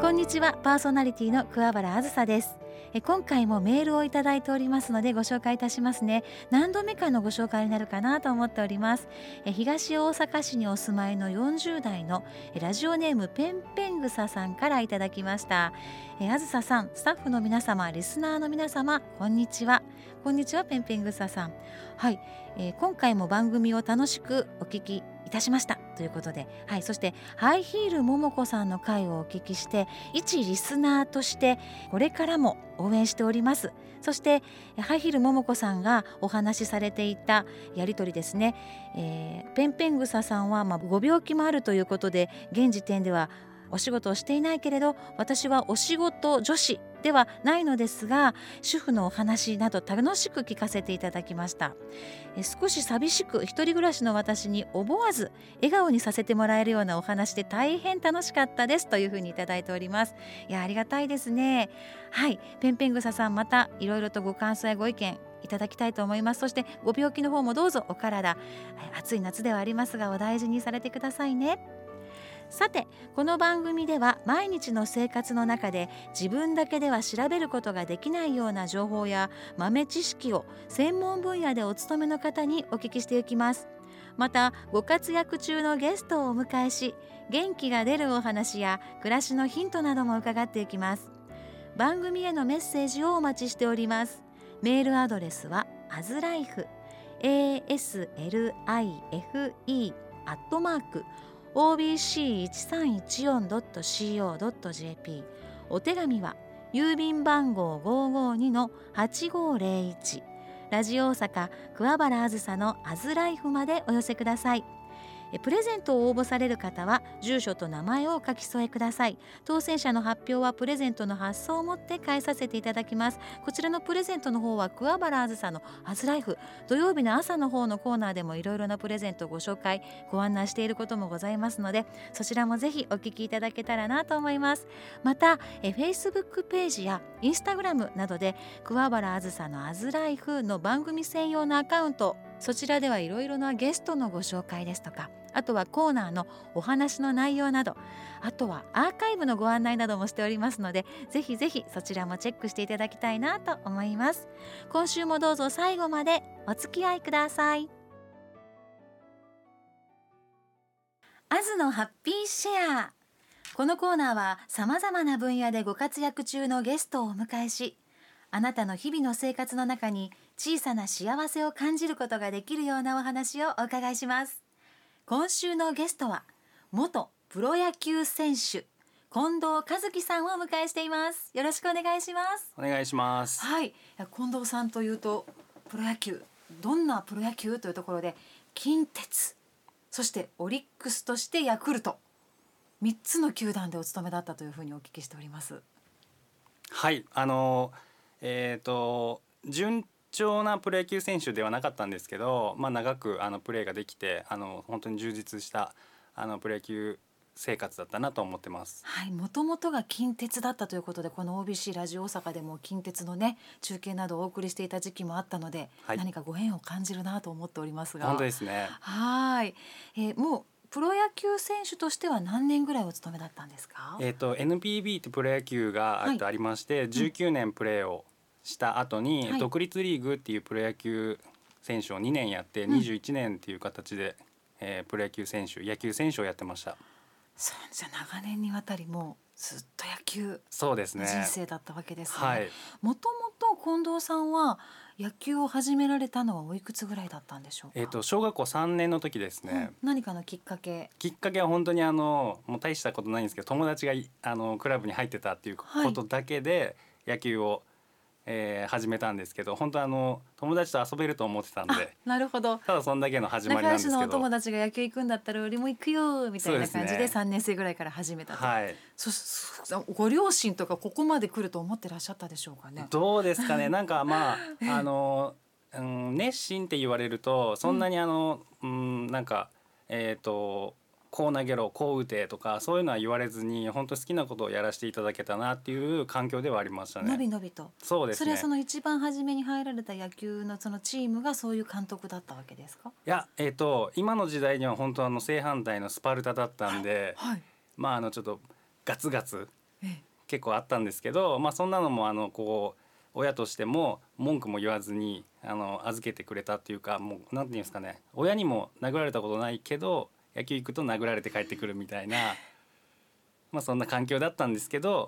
こんにちは、パーソナリティの桑原あずさです。今回もメールをいただいておりますのでご紹介いたしますね。何度目かのご紹介になるかなと思っております。東大阪市にお住まいの40代のラジオネームペンペングサさんからいただきました。あずささん、スタッフの皆様、リスナーの皆様、こんにちは。こんにちは、ペンペングサさん。はい、今回も番組を楽しくお聞きいたしましたということで、はい、そしてハイヒールももこさんの回をお聞きして、一リスナーとしてこれからも応援しております。そしてハイヒールももこさんがお話しされていたやり取りですね、ペンペングサさんはご病気もあるということで、現時点ではお仕事をしていないけれど、私はお仕事女子ではないのですが、主婦のお話など楽しく聞かせていただきました。少し寂しく一人暮らしの私に思わず笑顔にさせてもらえるようなお話で大変楽しかったですというふうにいただいております。いや、ありがたいですね。はい、ペンペングサさん、またいろいろとご感想やご意見いただきたいと思います。そしてご病気の方もどうぞお体、暑い夏ではありますがお大事にされてくださいね。さて、この番組では毎日の生活の中で自分だけでは調べることができないような情報や豆知識を専門分野でお勤めの方にお聞きしていきます。また、ご活躍中のゲストをお迎えし、元気が出るお話や暮らしのヒントなども伺っていきます。番組へのメッセージをお待ちしております。メールアドレスはazlife aslife@obc1314.co.jp。 お手紙は郵便番号 552-8501、 ラジオ大阪桑原あずさのアズライフまでお寄せください。プレゼントを応募される方は住所と名前をお書き添えください。当選者の発表はプレゼントの発送をもって返させていただきます。こちらのプレゼントの方は桑原あずさのアズライフ、土曜日の朝の方のコーナーでもいろいろなプレゼントをご紹介ご案内していることもございますので、そちらもぜひお聞きいただけたらなと思います。またFacebook ページや Instagram などで桑原あずさのアズライフの番組専用のアカウント、そちらではいろいろなゲストのご紹介ですとか、あとはコーナーのお話の内容など、あとはアーカイブのご案内などもしておりますので、ぜひぜひそちらもチェックしていただきたいなと思います。今週もどうぞ最後までお付き合いください。アズのハッピーシェア。このコーナーはさまざまな分野でご活躍中のゲストをお迎えし、あなたの日々の生活の中に小さな幸せを感じることができるようなお話をお伺いします。今週のゲストは元プロ野球選手近藤和樹さんをお迎えしています。よろしくお願いします。 お願いします。 はい、近藤さんというとプロ野球、どんなプロ野球というところで、近鉄、そしてオリックスとしてヤクルト、3つの球団でお勤めだったというふうにお聞きしております。 はい、順調なプロ野球選手ではなかったんですけど、長くプレーができて本当に充実したプロ野球生活だったなと思ってます。 はい、もともとが近鉄だったということで、この OBC ラジオ大阪でも近鉄のね中継などをお送りしていた時期もあったので、 はい、 何かご縁を感じるなと思っておりますが。 本当ですね。 はい、もうプロ野球選手としては何年ぐらいお勤めだったんですか ？NPB ってプロ野球がありまして、19年プレーをした後に、独立リーグっていうプロ野球選手を2年やって21年っていう形で、プロ野球選手野球選手をやってました。 そうじゃ、長年にわたりもうずっと野球そうですね、 人生だったわけですね。 はい、 もともと近藤さんは野球を始められたのはおいくつぐらいだったんでしょうか？ 小学校3年の時ですね。 何かのきっかけは本当にもう大したことないんですけど、友達がクラブに入ってたっていうことだけで野球を始めたんですけど、本当友達と遊べると思ってたんで。 なるほど。 ただそんだけの始まりなんですけど、 仲良しのお友達が野球行くんだったら俺も行くよみたいな感じで3年生ぐらいから始めたと。 はい、 ご両親とかここまで来ると思ってらっしゃったでしょうかね？ どうですかね。なんか熱心って言われるとそんなになんかこう投げろこう打てとかそういうのは言われずに、本当好きなことをやらせていただけたなっていう環境ではありましたね。 のびのびと。 そうですね。 それはその一番初めに入られた野球のそのチームがそういう監督だったわけですか？ いや、今の時代には本当正反対のスパルタだったんで、 はい、 ちょっとガツガツ結構あったんですけど、そんなのもこう親としても文句も言わずに預けてくれたっていうか、もうなんていうんですかね、親にも殴られたことないけど野球行くと殴られて帰ってくるみたいなそんな環境だったんですけど、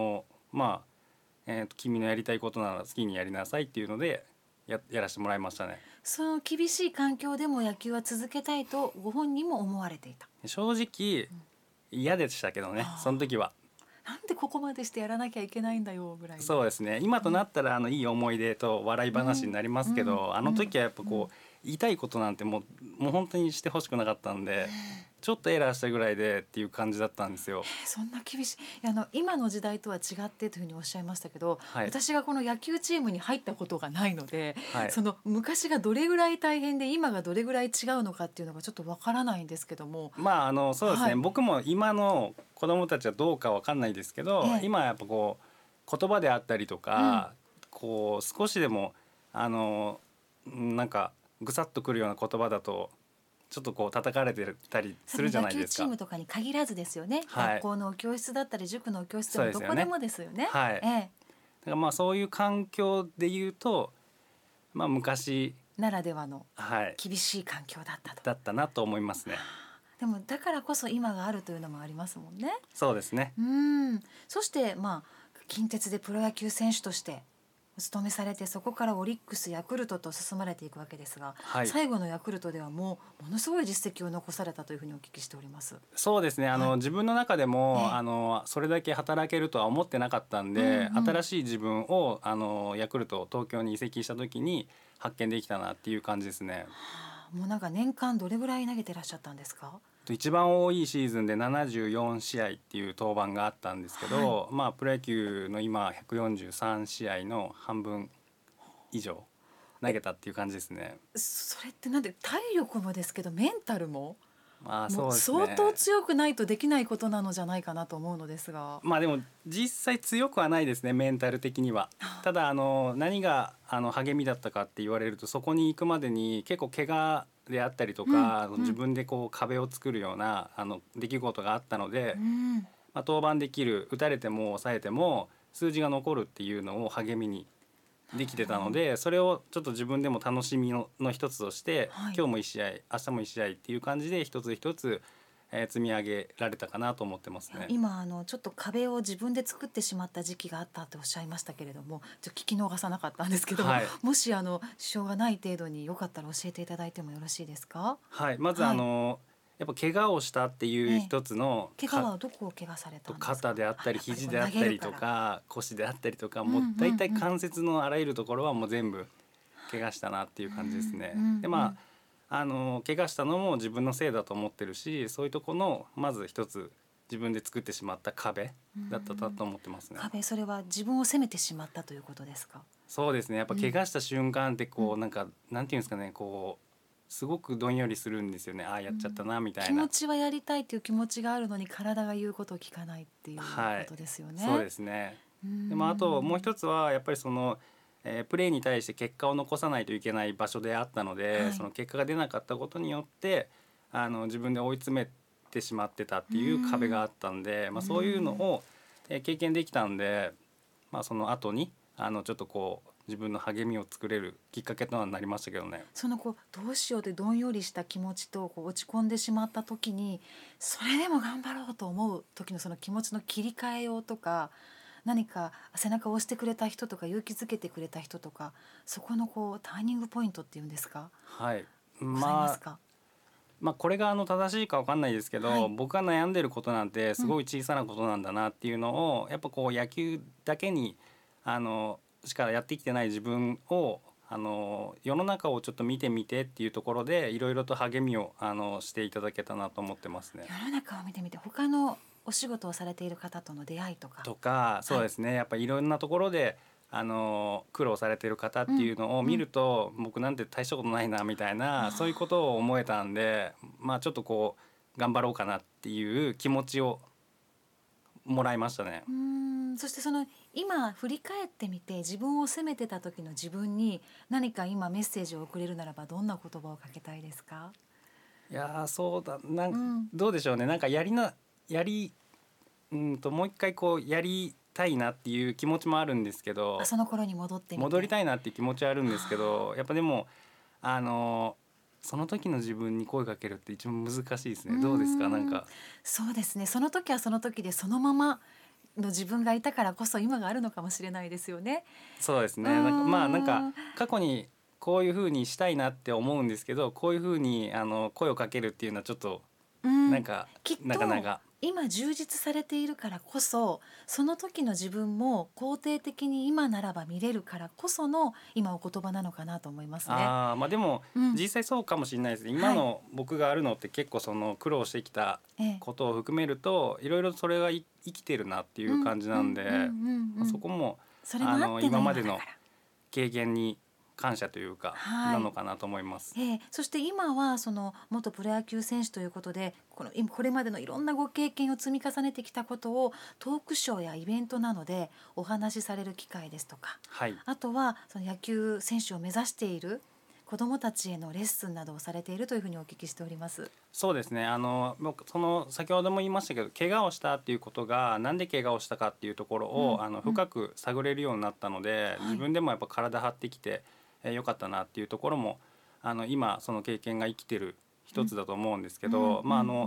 君のやりたいことなら好きにやりなさいっていうのでやらせてもらいましたね。 その厳しい環境でも野球は続けたいとご本人も思われていた？ 正直嫌でしたけどね、その時は。 なんでここまでしてやらなきゃいけないんだよぐらい。 そうですね、今となったらいい思い出と笑い話になりますけど、あの時はやっぱこう言いたいことなんてもう本当にしてほしくなかったんで、ちょっとエラーしたぐらいでっていう感じだったんですよ。 そんな厳しい、今の時代とは違ってというふうにおっしゃいましたけど、 はい、 私がこの野球チームに入ったことがないので、 はい、 その昔がどれぐらい大変で今がどれぐらい違うのかっていうのがちょっとわからないんですけども。 そうですね、 はい、 僕も今の子どもたちはどうかわかんないですけど、今やっぱこう言葉であったりとか、こう少しでもなんかぐさっとくるような言葉だとちょっとこう叩かれてたりするじゃないですか。 野球チームとかに限らずですよね、 はい、 学校の教室だったり塾の教室でもどこでもですよね。 はい、だからそういう環境で言うと、昔ならではの厳しい環境だったと、 だったなと思いますね。 でもだからこそ今があるというのもありますもんね。 そうですね。 そして近鉄でプロ野球選手としてお勤めされて、そこからオリックスヤクルトと進まれていくわけですが、最後のヤクルトではものすごい実績を残されたというふうにお聞きしております。 そうですね、自分の中でも、それだけ働けるとは思ってなかったんで、新しい自分をヤクルト東京に移籍した時に発見できたなっていう感じですね。 もうなんか年間どれぐらい投げてらっしゃったんですか？ 一番多いシーズンで74試合っていう登板があったんですけど、プロ野球の今143試合の半分以上投げたっていう感じですね。 それってなんで体力もですけどメンタルも、 そうですね、 相当強くないとできないことなのじゃないかなと思うのですが。 でも実際強くはないですね、メンタル的には。ただ何が励みだったかって言われると、そこに行くまでに結構怪我であったりとか、自分でこう壁を作るような出来事があったので、登板できる、打たれても抑えても数字が残るっていうのを励みにできてたので、それをちょっと自分でも楽しみの一つとして、今日も1試合明日も1試合っていう感じで一つ一つ積み上げられたかなと思ってますね。 今ちょっと壁を自分で作ってしまった時期があったとおっしゃいましたけれども、ちょっと聞き逃さなかったんですけども、もし支障がない程度によかったら教えていただいてもよろしいですか？ まずやっぱ怪我をしたっていう一つの、 怪我はどこを怪我されたんですか？ 肩であったり肘であったりとか腰であったりとか、もうだいたい関節のあらゆるところはもう全部怪我したなっていう感じですね。で怪我したのも自分のせいだと思ってるし、そういうところのまず一つ自分で作ってしまった壁だったと思ってますね。 壁、それは自分を責めてしまったということですか？ そうですね、やっぱ怪我した瞬間ってこう、なんていうんですかね、こうすごくどんよりするんですよね。やっちゃったなみたいな、 気持ちはやりたいという気持ちがあるのに体が言うことを聞かないっていうことですよね。 そうですね。でもあともう一つはやっぱりそのプレーに対して結果を残さないといけない場所であったので、その結果が出なかったことによって自分で追い詰めてしまってたっていう壁があったんで、そういうのを経験できたんで、その後にちょっとこう自分の励みを作れるきっかけとはなりましたけどね。 そのどうしようってどんよりした気持ちと落ち込んでしまった時に、それでも頑張ろうと思う時のその気持ちの切り替えようとか、何か背中を押してくれた人とか勇気づけてくれた人とか、そこのターニングポイントっていうんですか？ございますか？ これが正しいか分かんないですけど、僕が悩んでることなんてすごい小さなことなんだなっていうのを、やっぱこう野球だけにしかやってきてない自分を世の中をちょっと見てみてっていうところでいろいろと励みをしていただけたなと思ってますね。 世の中を見てみて、他のお仕事をされている方との出会いとか、そうですね、やっぱりいろんなところで苦労されてる方っていうのを見ると、僕なんて大したことないなみたいな、そういうことを思えたんで、ちょっとこう頑張ろうかなっていう気持ちをもらいましたね。 そして今振り返ってみて、自分を責めてた時の自分に何か今メッセージを送れるならば、どんな言葉をかけたいですか？ いやそうだどうでしょうね、なんかやりもう一回こうやりたいなっていう気持ちもあるんですけど、 その頃に戻ってみて戻りたいなっていう気持ちはあるんですけど、やっぱでもその時の自分に声かけるって一番難しいですね。どうですか？なんかそうですね、その時はその時でそのままの自分がいたからこそ今があるのかもしれないですよね。 そうですね。なんか過去にこういう風にしたいなって思うんですけど、こういう風に声をかけるっていうのはちょっとなんかきっとなかなか今充実されているからこそ、その時の自分も肯定的に今ならば見れるからこその今お言葉なのかなと思いますね。 でも、 うん実際そうかもしれないですね。今の僕があるのって結構その苦労してきたことを含めると、いろいろそれが生きてるなっていう感じなんで、そこもそれもあっての今までの今だから経験に感謝というか、なのかなと思います。 そして今はその元プロ野球選手ということで、これまでのいろんなご経験を積み重ねてきたことをトークショーやイベントなどでお話しされる機会ですとか、あとはその野球選手を目指している子どもたちへのレッスンなどをされているというふうにお聞きしております。 そうですね。僕先ほども言いましたけど、怪我をしたっていうことがなんで怪我をしたかっていうところを、深く探れるようになったので、自分でもやっぱ体張ってきて良かったなっていうところも今その経験が生きてる一つだと思うんですけど、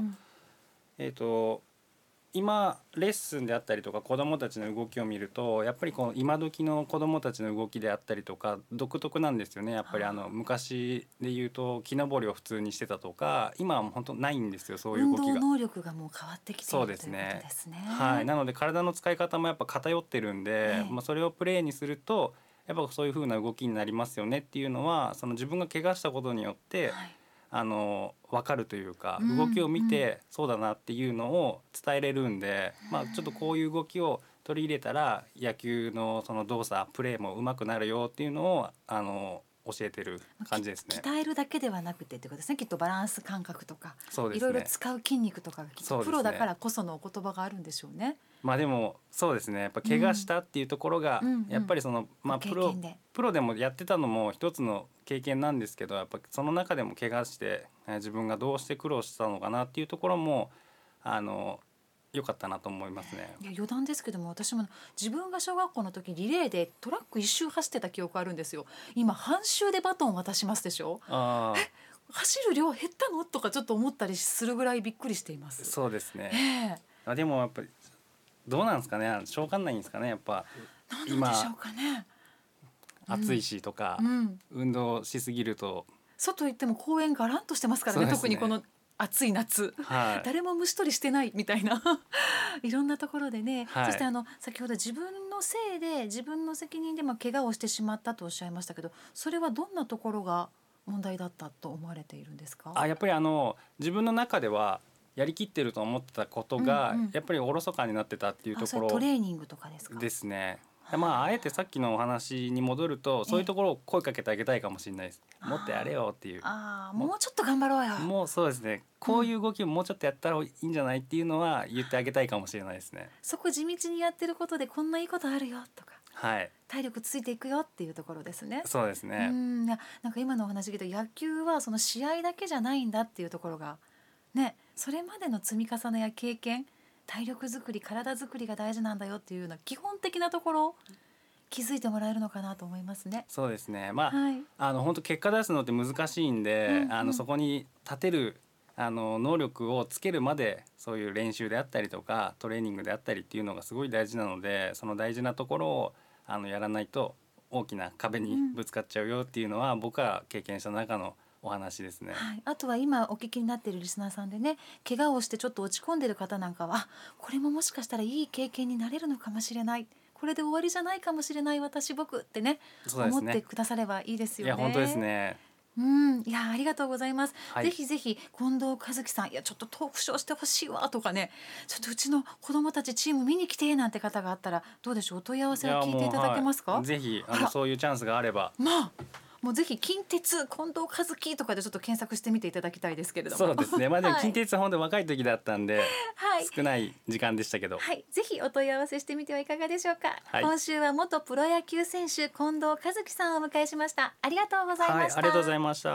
今レッスンであったりとか子どもたちの動きを見ると、やっぱりこの今時の子どもたちの動きであったりとか独特なんですよね。やっぱり昔で言うと木登りを普通にしてたとか、今は本当ないんですよ、そういう動きが。 運動能力がもう変わってきているそうですね。 ということですね。 なので体の使い方もやっぱ偏ってるんで、それをプレーにするとやっぱそういう風な動きになりますよねっていうのは、その自分が怪我したことによって、分かるというか、動きを見てそうだなっていうのを伝えれるんで、ちょっとこういう動きを取り入れたら野球のその動作プレーも上手くなるよっていうのを教えてる感じですね。 鍛えるだけではなくてってことですね。きっとバランス感覚とか、 そうですね、 いろいろ使う筋肉とかがきっとプロだからこそのお言葉があるんでしょうね。 でもそうですね、やっぱ怪我したっていうところが、やっぱりその、プロでもやってたのも一つの経験なんですけど、やっぱその中でも怪我して自分がどうして苦労したのかなっていうところも良かったなと思いますね。 いや余談ですけども、私も自分が小学校の時リレーでトラック一周走ってた記憶あるんですよ。今半周でバトン渡しますでしょ。走る量減ったのとかちょっと思ったりするぐらいびっくりしています。 そうですね、でもやっぱりどうなんですかね、消化ないんですかね、やっぱなんでしょうかね。 暑いしとか、運動しすぎると。 外行っても公園がらんとしてますからね、特にこの暑い夏、誰も虫取りしてないみたいないろんなところでね、そして先ほど自分のせいで自分の責任で怪我をしてしまったとおっしゃいましたけど、それはどんなところが問題だったと思われているんですか？ やっぱり自分の中ではやりきってると思ってたことが、やっぱりおろそかになってたっていうところ。 トレーニングとかですか？ ですね。あえてさっきのお話に戻ると、そういうところを声かけてあげたいかもしれないです。もっとやれよっていう。 もうちょっと頑張ろうよ。 もうそうですね。こういう動きをもうちょっとやったらいいんじゃないっていうのは言ってあげたいかもしれないですね。 そこ地道にやってることでこんないいことあるよとか、体力ついていくよっていうところですね。 そうですね。 なんか今のお話聞いて、野球はその試合だけじゃないんだっていうところがね、それまでの積み重ねや経験、体力作り、体作りが大事なんだよっていうような基本的なところ気づいてもらえるのかなと思いますね。 そうですね。本当結果出すのって難しいんで、そこに立てる能力をつけるまで、そういう練習であったりとかトレーニングであったりっていうのがすごい大事なので、その大事なところをやらないと大きな壁にぶつかっちゃうよっていうのは、僕は経験した中のお話ですね。 あとは今お聞きになっているリスナーさんでね、怪我をしてちょっと落ち込んでる方なんかは、これももしかしたらいい経験になれるのかもしれない、これで終わりじゃないかもしれない私僕ってね、思ってくださればいいですよね。 いや本当ですね。 いやありがとうございます。ぜひぜひ近藤和樹さん、いやちょっとトークショーしてほしいわとかね、ちょっとうちの子どもたちチーム見に来てなんて方があったらどうでしょう、お問い合わせを聞いていただけますか？ ぜひそういうチャンスがあれば、 もうぜひ近鉄近藤和樹とかでちょっと検索してみていただきたいですけれども。 そうですね。でも近鉄は本当に若い時だったんで、少ない時間でしたけど、 ぜひお問い合わせしてみてはいかがでしょうか。今週は元プロ野球選手近藤和樹さんをお迎えしました。ありがとうございました。 ありがとうございました。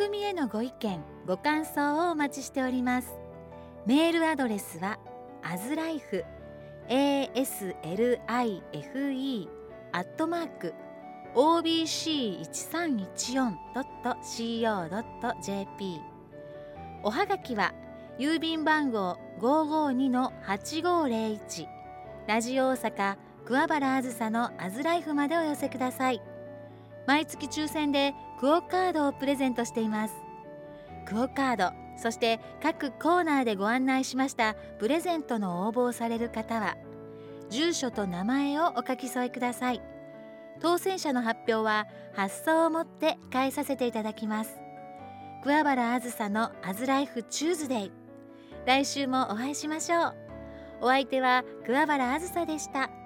組へのご意見ご感想をお待ちしております。メールアドレスはazlife@obc1314.co.jp。 おはがきは郵便番号 552-8501 ラジオ大阪桑原あずさのアズライフまでお寄せください。毎月抽選でクオカードをプレゼントしています。クオカード、そして各コーナーでご案内しましたプレゼントの応募をされる方は住所と名前をお書き添えください。当選者の発表は発送をもって返させていただきます。桑原あずさのアズライフチューズデイ、来週もお会いしましょう。お相手は桑原あずさでした。